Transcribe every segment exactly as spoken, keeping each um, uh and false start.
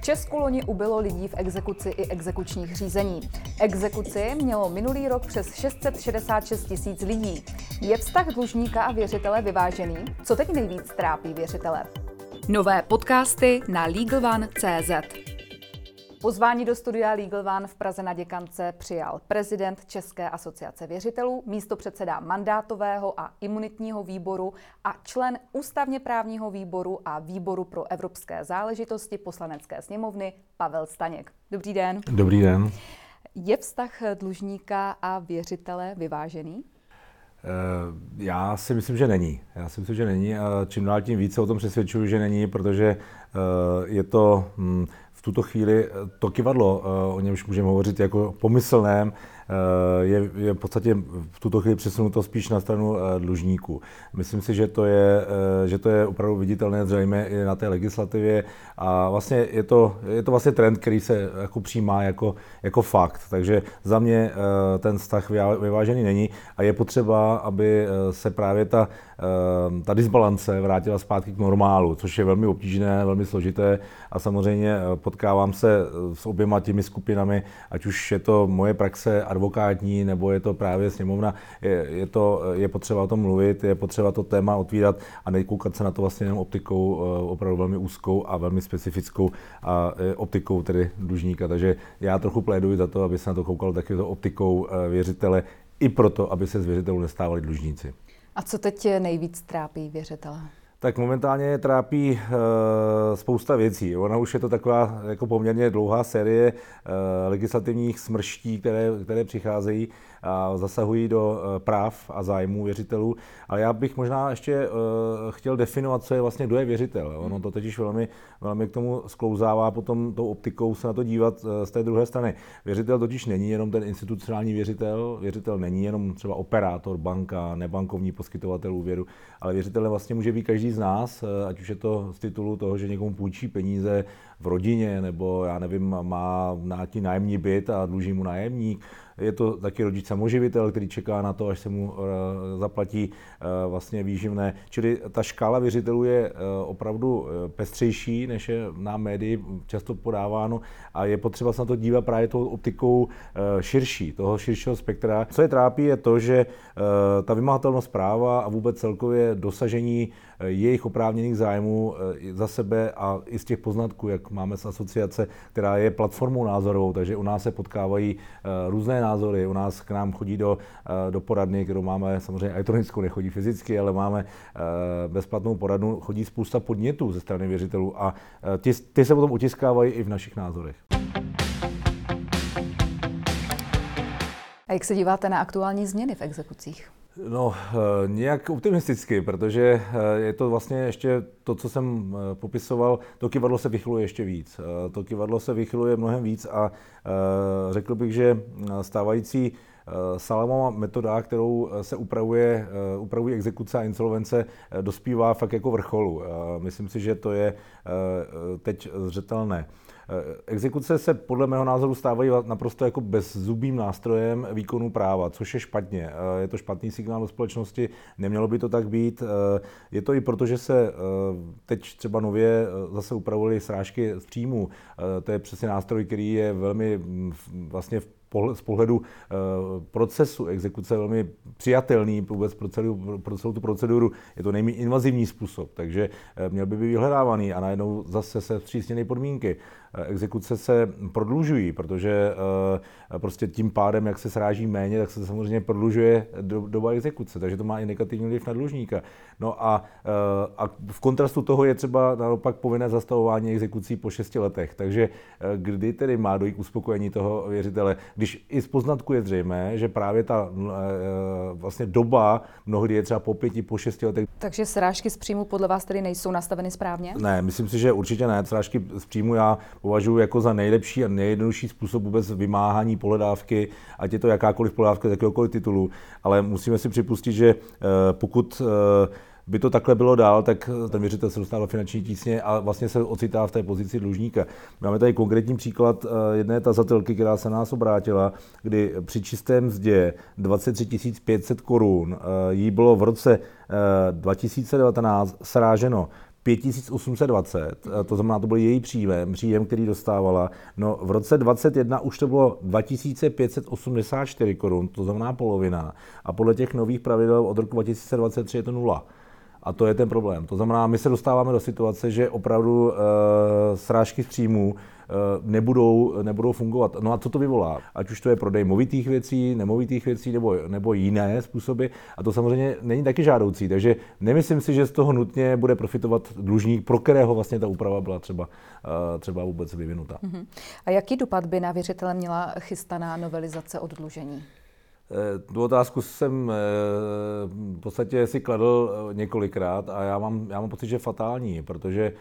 V Česku loni ubylo lidí v exekuci i exekučních řízení. Exekuci mělo minulý rok přes šest set šedesát šest tisíc lidí. Je vztah dlužníka a věřitele vyvážený? Co teď nejvíc trápí věřitele? Nové podcasty na Legal One tečka cé zet. Pozvání do studia Legal One v Praze na Děkance přijal prezident České asociace věřitelů, místopředseda mandátového a imunitního výboru a člen ústavně právního výboru a výboru pro evropské záležitosti Poslanecké sněmovny Pavel Staněk. Dobrý den. Dobrý den. Je vztah dlužníka a věřitele vyvážený? Já si myslím, že není. Já si myslím, že není a čím dál tím více o tom přesvědčuju, že není, protože je to v tuto chvíli to kyvadlo, o němž můžeme hovořit jako pomyslném, je, je v podstatě v tuto chvíli přesunuto spíš na stranu dlužníků. Myslím si, že to je, že to je opravdu viditelné zřejmě i na té legislativě a vlastně je to, je to vlastně trend, který se jako přijímá jako, jako fakt. Takže za mě ten vztah vyvážený není a je potřeba, aby se právě ta, ta disbalance vrátila zpátky k normálu, což je velmi obtížné, velmi složité a samozřejmě potkávám se s oběma těmi skupinami, ať už je to moje praxe advokátní, nebo je to právě sněmovna, je, je, to, je potřeba o tom mluvit, je potřeba to téma otvírat a nekoukat se na to vlastně jenom optikou opravdu velmi úzkou a velmi specifickou a optikou tedy dlužníka. Takže já trochu pléduji za to, aby se na to koukalo taky to optikou věřitele, i proto, aby se z věřitelů nestávali dlužníci. A co teď nejvíc trápí věřitele? Tak momentálně je trápí e, spousta věcí. Ona už je to taková jako poměrně dlouhá série e, legislativních smrští, které, které přicházejí a zasahují do e, práv a zájmů věřitelů. Ale já bych možná ještě e, chtěl definovat, co je vlastně, kdo je věřitel. Ono to totiž velmi, velmi k tomu sklouzává potom tou optikou se na to dívat e, z té druhé strany. Věřitel totiž není jenom ten institucionální věřitel, věřitel není jenom třeba operátor, banka, nebankovní poskytovatel úvěru, ale věřitel vlastně může být každý z nás, ať už je to z titulu toho, že někomu půjčí peníze v rodině, nebo já nevím, má nějaký nájemní byt a dluží mu nájemník. Je to taky rodič samoživitel, který čeká na to, až se mu zaplatí vlastně výživné. Čili ta škála věřitelů je opravdu pestřejší, než je nám médii často podáváno a je potřeba se na to dívat právě tou optikou širší, toho širšího spektra. Co je trápí, je to, že ta vymahatelnost práva a vůbec celkově dosažení jejich oprávněných zájmů za sebe a i z těch poznatků, jak máme z asociace, která je platformou názorovou, takže u nás se potkávají různé názory, u nás k nám chodí do, do poradny, kterou máme samozřejmě elektronickou, nechodí fyzicky, ale máme bezplatnou poradnu, chodí spousta podnětů ze strany věřitelů a ty, ty se potom utiskávají i v našich názorech. A jak se díváte na aktuální změny v exekucích? No, nějak optimisticky, protože je to vlastně ještě to, co jsem popisoval, to kyvadlo se vychyluje ještě víc. To kyvadlo se vychyluje mnohem víc a řekl bych, že stávající salámová metoda, kterou se upravuje, upravují exekuce a insolvence, dospívá fakt jako vrcholu. Myslím si, že to je teď zřetelné. Exekuce se podle mého názoru stávají naprosto jako bezzubým nástrojem výkonu práva, což je špatně. Je to špatný signál do společnosti, nemělo by to tak být. Je to i proto, že se teď třeba nově zase upravovaly srážky z příjmu. To je přesně nástroj, který je velmi vlastně v z pohledu procesu exekuce velmi přijatelný vůbec pro celou, pro celou tu proceduru. Je to nejméně invazivní způsob, takže měl by být vyhledávaný a najednou zase se zpřísněny podmínky. Exekuce se prodlužují, protože prostě tím pádem, jak se sráží méně, tak se samozřejmě prodlužuje doba exekuce, takže to má i negativní vliv na dlužníka. No a, a v kontrastu toho je třeba naopak povinné zastavování exekucí po šesti letech. Takže kdy tedy má dojít k uspokojení toho věřitele, když i z poznatku je zřejmé, že právě ta vlastně doba mnohdy je třeba po pěti, po šesti letech. Takže srážky z příjmu podle vás tedy nejsou nastaveny správně? Ne, myslím si, že určitě ne. Srážky z příjmu já považuji jako za nejlepší a nejjednodušší způsob vůbec vymáhání pohledávky, ať je to jakákoliv pohledávka z jakéhokoliv titulu, ale musíme si připustit, že pokud by to takhle bylo dál, tak ten věřitel se dostává do finanční tísně a vlastně se ocitá v té pozici dlužníka. Máme tady konkrétní příklad jedné tazatelky, která se na nás obrátila, kdy při čisté mzdě dvacet tři tisíc pět set korun jí bylo v roce dva tisíce devatenáct sráženo pět tisíc osm set dvacet, to znamená, to byl její příjem, příjem, který dostávala. No v roce dvacet jedna už to bylo dva tisíce pět set osmdesát čtyři korun, to znamená polovina. A podle těch nových pravidel od roku dva tisíce dvacet tři je to nula. A to je ten problém. To znamená, my se dostáváme do situace, že opravdu e, srážky z příjmů e, nebudou, nebudou fungovat. No a co to vyvolá? Ať už to je prodej movitých věcí, nemovitých věcí nebo, nebo jiné způsoby. A to samozřejmě není taky žádoucí. Takže nemyslím si, že z toho nutně bude profitovat dlužník, pro kterého vlastně ta úprava byla třeba, e, třeba vůbec vyvinuta. Uh-huh. A jaký dopad by na věřitele měla chystaná novelizace oddlužení? Tu otázku jsem v podstatě si kladl několikrát a já mám, já mám pocit, že fatální, protože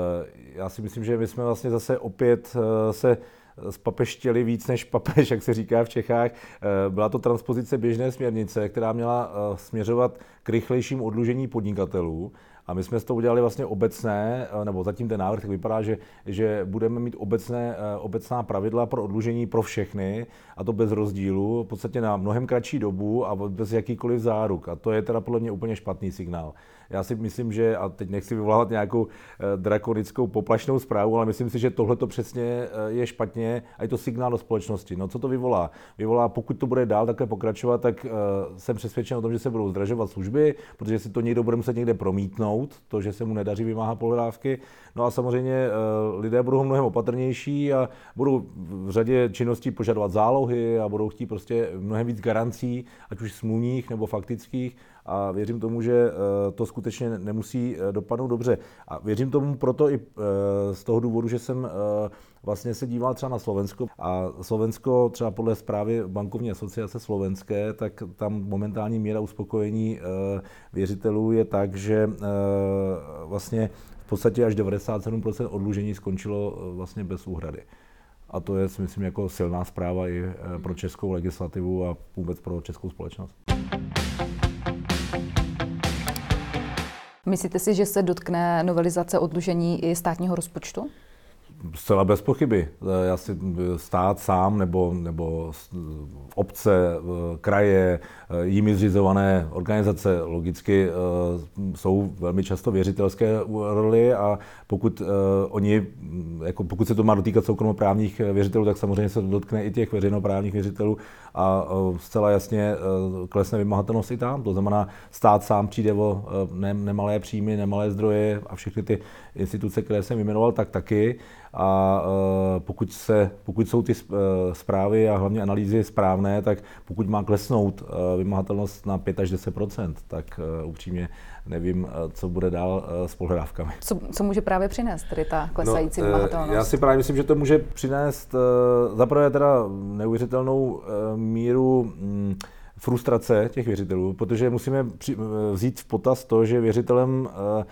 já si myslím, že my jsme vlastně zase opět se spapeštěli víc než papež, jak se říká v Čechách. Byla to transpozice běžné směrnice, která měla směřovat k rychlejšímu oddlužení podnikatelů. A my jsme z toho udělali vlastně obecné, nebo zatím ten návrh tak vypadá, že, že budeme mít obecné, obecná pravidla pro oddlužení pro všechny, a to bez rozdílu, v podstatě na mnohem kratší dobu a bez jakýkoliv záruk. A to je teda podle mě úplně špatný signál. Já si myslím, že, a teď nechci vyvolávat nějakou drakonickou poplašnou zprávu, ale myslím si, že tohle to přesně je špatně a je to signál do společnosti. No co to vyvolá? Vyvolá, pokud to bude dál takhle pokračovat, tak uh, jsem přesvědčen o tom, že se budou zdražovat služby, protože si to někdo bude muset někde promítnout, to, že se mu nedaří vymáhat pohledávky. No a samozřejmě uh, lidé budou mnohem opatrnější a budou v řadě činností požadovat zálohy a budou chtít prostě mnohem víc garancí, ať už smluvních nebo faktických. A věřím tomu, že to skutečně nemusí dopadnout dobře. A věřím tomu proto i z toho důvodu, že jsem vlastně se díval třeba na Slovensko. A Slovensko třeba podle zprávy bankovní asociace slovenské, tak tam momentální míra uspokojení věřitelů je tak, že vlastně v podstatě až devadesát sedm procent oddlužení skončilo vlastně bez úhrady. A to je, si myslím, jako silná zpráva i pro českou legislativu a vůbec pro českou společnost. Myslíte si, že se dotkne novelizace oddlužení i státního rozpočtu? Zcela bez pochyby. Já si stát sám nebo, nebo obce, kraje, jimi zřizované organizace logicky jsou velmi často věřitelské roli a pokud oni, jako pokud se to má dotýkat soukromoprávních věřitelů, tak samozřejmě se dotkne i těch veřejnoprávních věřitelů a zcela jasně klesne vymahatelnost i tam. To znamená, stát sám přijde o nemalé příjmy, nemalé zdroje a všechny ty instituce, které jsem jmenoval, tak taky. A pokud, se, pokud jsou ty zprávy a hlavně analýzy správné, tak pokud má klesnout vymahatelnost na pět až deset procent, tak upřímně nevím, co bude dál s pohledávkami. Co, co může právě přinést tedy ta klesající no, vymahatelnost? Já si právě myslím, že to může přinést zaprvé teda neuvěřitelnou míru frustrace těch věřitelů, protože musíme vzít v potaz to, že věřitelem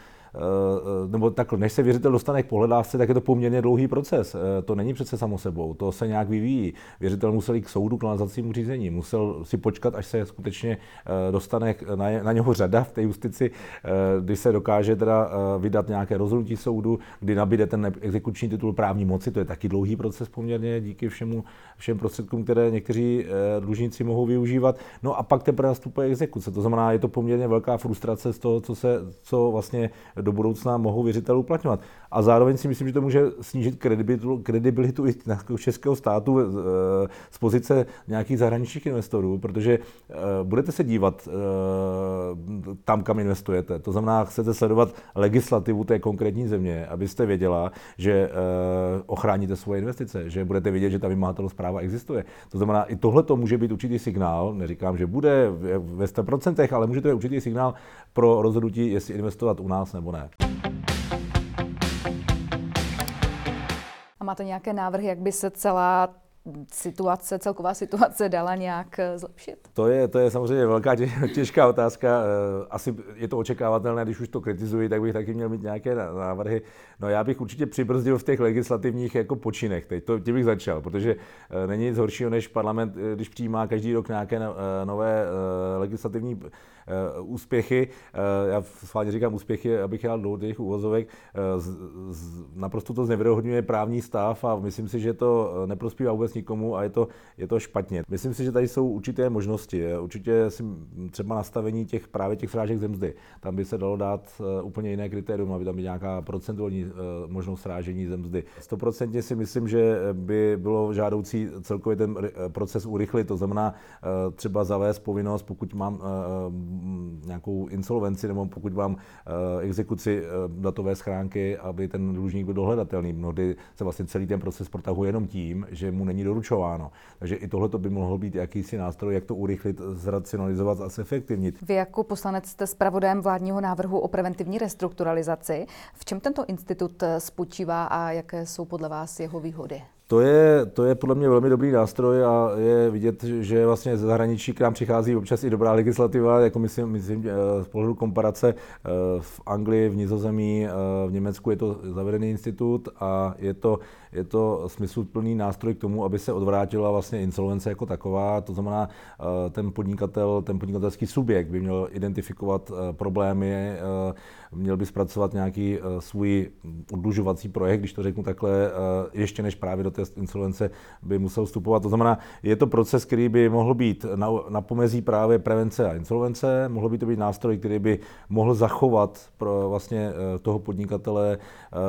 nebo takhle, než se věřitel dostane k pohledávce, tak je to poměrně dlouhý proces. To není přece samo sebou, to se nějak vyvíjí. Věřitel musel jít k soudu, k nalézacímu řízení, musel si počkat, až se skutečně dostane na, na něho řada v té justici, kdy se dokáže teda vydat nějaké rozhodnutí soudu, kdy nabíde ten exekuční titul právní moci, to je taky dlouhý proces poměrně díky všemu, všem prostředkům, které někteří dlužníci mohou využívat. No a pak teprve nastupuje exekuce, to znamená, je to poměrně velká frustrace z toho, co se, co vlastně do budoucna mohou věřitelé uplatňovat. A zároveň si myslím, že to může snížit kredibilitu, kredibilitu i českého státu z pozice nějakých zahraničních investorů, protože budete se dívat tam, kam investujete. To znamená, chcete sledovat legislativu té konkrétní země, abyste věděla, že ochráníte svoje investice, že budete vědět, že ta vymahatelnost práva existuje. To znamená, i tohle to může být určitý signál, neříkám, že bude ve sto procent, ale může to být určitý signál pro rozhodnutí, jestli investovat u nás nebo ne. A máte nějaké návrhy, jak by se celá situace, celková situace dala nějak zlepšit? To je, to je samozřejmě velká těžká otázka. Asi je to očekávatelné, když už to kritizuji, tak bych taky měl mít nějaké návrhy. No já bych určitě přibrzdil v těch legislativních jako počinech. Teď to, tím bych začal, protože není nic horšího, než parlament, když přijímá každý rok nějaké nové legislativní úspěchy, já schválně říkám úspěchy, abych jel do těch uvozovek, naprosto to znevěrohodňuje právní stav a myslím si, že to neprospívá vůbec nikomu a je to, je to špatně. Myslím si, že tady jsou určité možnosti. Určitě si třeba nastavení těch právě těch srážek ze mzdy. Tam by se dalo dát úplně jiné kritérium, aby tam byla nějaká procentuální možnost srážení ze mzdy. Stoprocentně si myslím, že by bylo žádoucí celkově ten proces urychlit, to znamená třeba zavést povinnost, pokud mám nějakou insolvenci nebo pokud mám exekuci datové schránky, aby ten dlužník byl dohledatelný. Mnohdy se vlastně celý ten proces protahuje jenom tím, že mu není doručováno. Takže i tohle by mohl být jakýsi nástroj, jak to urychlit, zracionalizovat a zefektivnit. Vy jako poslanec jste zpravodajem vládního návrhu o preventivní restrukturalizaci. V čem tento institut spočívá a jaké jsou podle vás jeho výhody? To je, to je podle mě velmi dobrý nástroj a je vidět, že vlastně ze zahraničí k nám přichází občas i dobrá legislativa, jako myslím, myslím z pohledu komparace v Anglii, v Nizozemí, v Německu je to zavedený institut a je to, je to smysluplný nástroj k tomu, aby se odvrátila vlastně insolvence jako taková. To znamená, ten podnikatel, ten podnikatelský subjekt by měl identifikovat problémy, měl by zpracovat nějaký svůj oddlužovací projekt, když to řeknu takhle, ještě než právě do té insolvence by musel vstupovat. To znamená, je to proces, který by mohl být na, na pomezí právě prevence a insolvence, mohl by to být nástroj, který by mohl zachovat pro vlastně toho podnikatele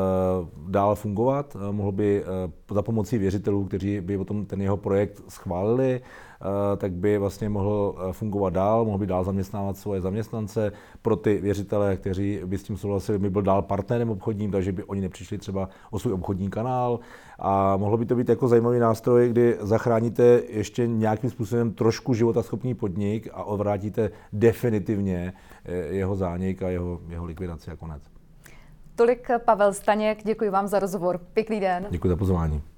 dál fungovat, mohl by za pomocí věřitelů, kteří by potom ten jeho projekt schválili, tak by vlastně mohl fungovat dál, mohl by dál zaměstnávat svoje zaměstnance. Pro ty věřitele, kteří by s tím souhlasili, by byl dál partnerem obchodním, takže by oni nepřišli třeba o svůj obchodní kanál. A mohlo by to být jako zajímavý nástroj, kdy zachráníte ještě nějakým způsobem trošku životaschopný podnik a odvrátíte definitivně jeho zánik a jeho, jeho likvidaci a konec. Tolik Pavel Staněk, děkuji vám za rozhovor. Pěkný den. Děkuji za pozvání.